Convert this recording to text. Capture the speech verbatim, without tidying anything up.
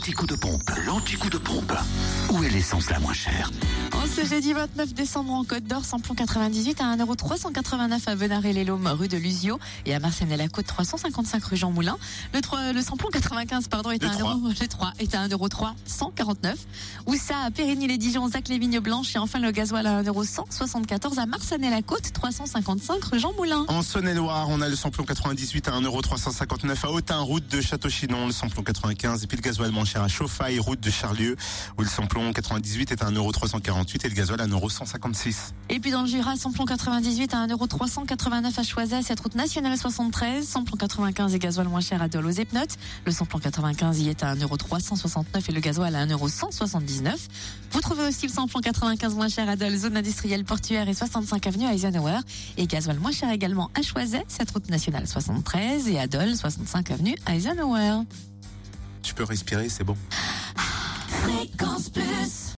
l'anti-coup de pompe. L'anti-coup de pompe. Où est l'essence la moins chère? En ce jeudi vingt-neuf décembre en Côte d'Or, samplon quatre-vingt-dix-huit à un euro trois cent quatre-vingt-neuf à Venaré-les-Laumes, rue de Luzio, et à Marcenay-la-Côte, trois cent cinquante-cinq rue Jean Moulin. Le, trois, le samplon quatre-vingt-quinze, pardon, est à un euro, le trois est à un euro trois cent quarante-neuf. Oussa à Périgny-les-Dijon, Zac-les-Vignes-Blanches, et enfin le gasoil à un euro cent soixante-quatorze à Marcenay-la-Côte, trois cent cinquante-cinq rue Jean Moulin. En Saône-et-Loire, on a le samplon quatre-vingt-dix-huit à un euro trois cent cinquante-neuf à Autun, route de Château-Chinon, le samplon quatre-vingt-quinze, et puis le gasoil moins cher à Chauffaille, route de Charlieu, où le samplon quatre-vingt-dix-huit est à un euro trois cent quarante-huit et le gasoil à un euro cent cinquante-six. Et puis dans le Jura, samplon quatre-vingt-dix-huit à un euro trois cent quatre-vingt-neuf à Choiset, cette route nationale soixante-treize, samplon quatre-vingt-quinze et gasoil moins cher à Dole aux Epnotes. Le samplon quatre-vingt-quinze y est à un euro trois cent soixante-neuf et le gasoil à un euro cent soixante-dix-neuf. Vous trouvez aussi le samplon quatre-vingt-quinze moins cher à Dole, zone industrielle portuaire et soixante-cinq avenue Eisenhower. Et gasoil moins cher également à Choiset, cette route nationale soixante-treize et à Dole, soixante-cinq avenue Eisenhower. Tu peux respirer, c'est bon. Fréquence Plus.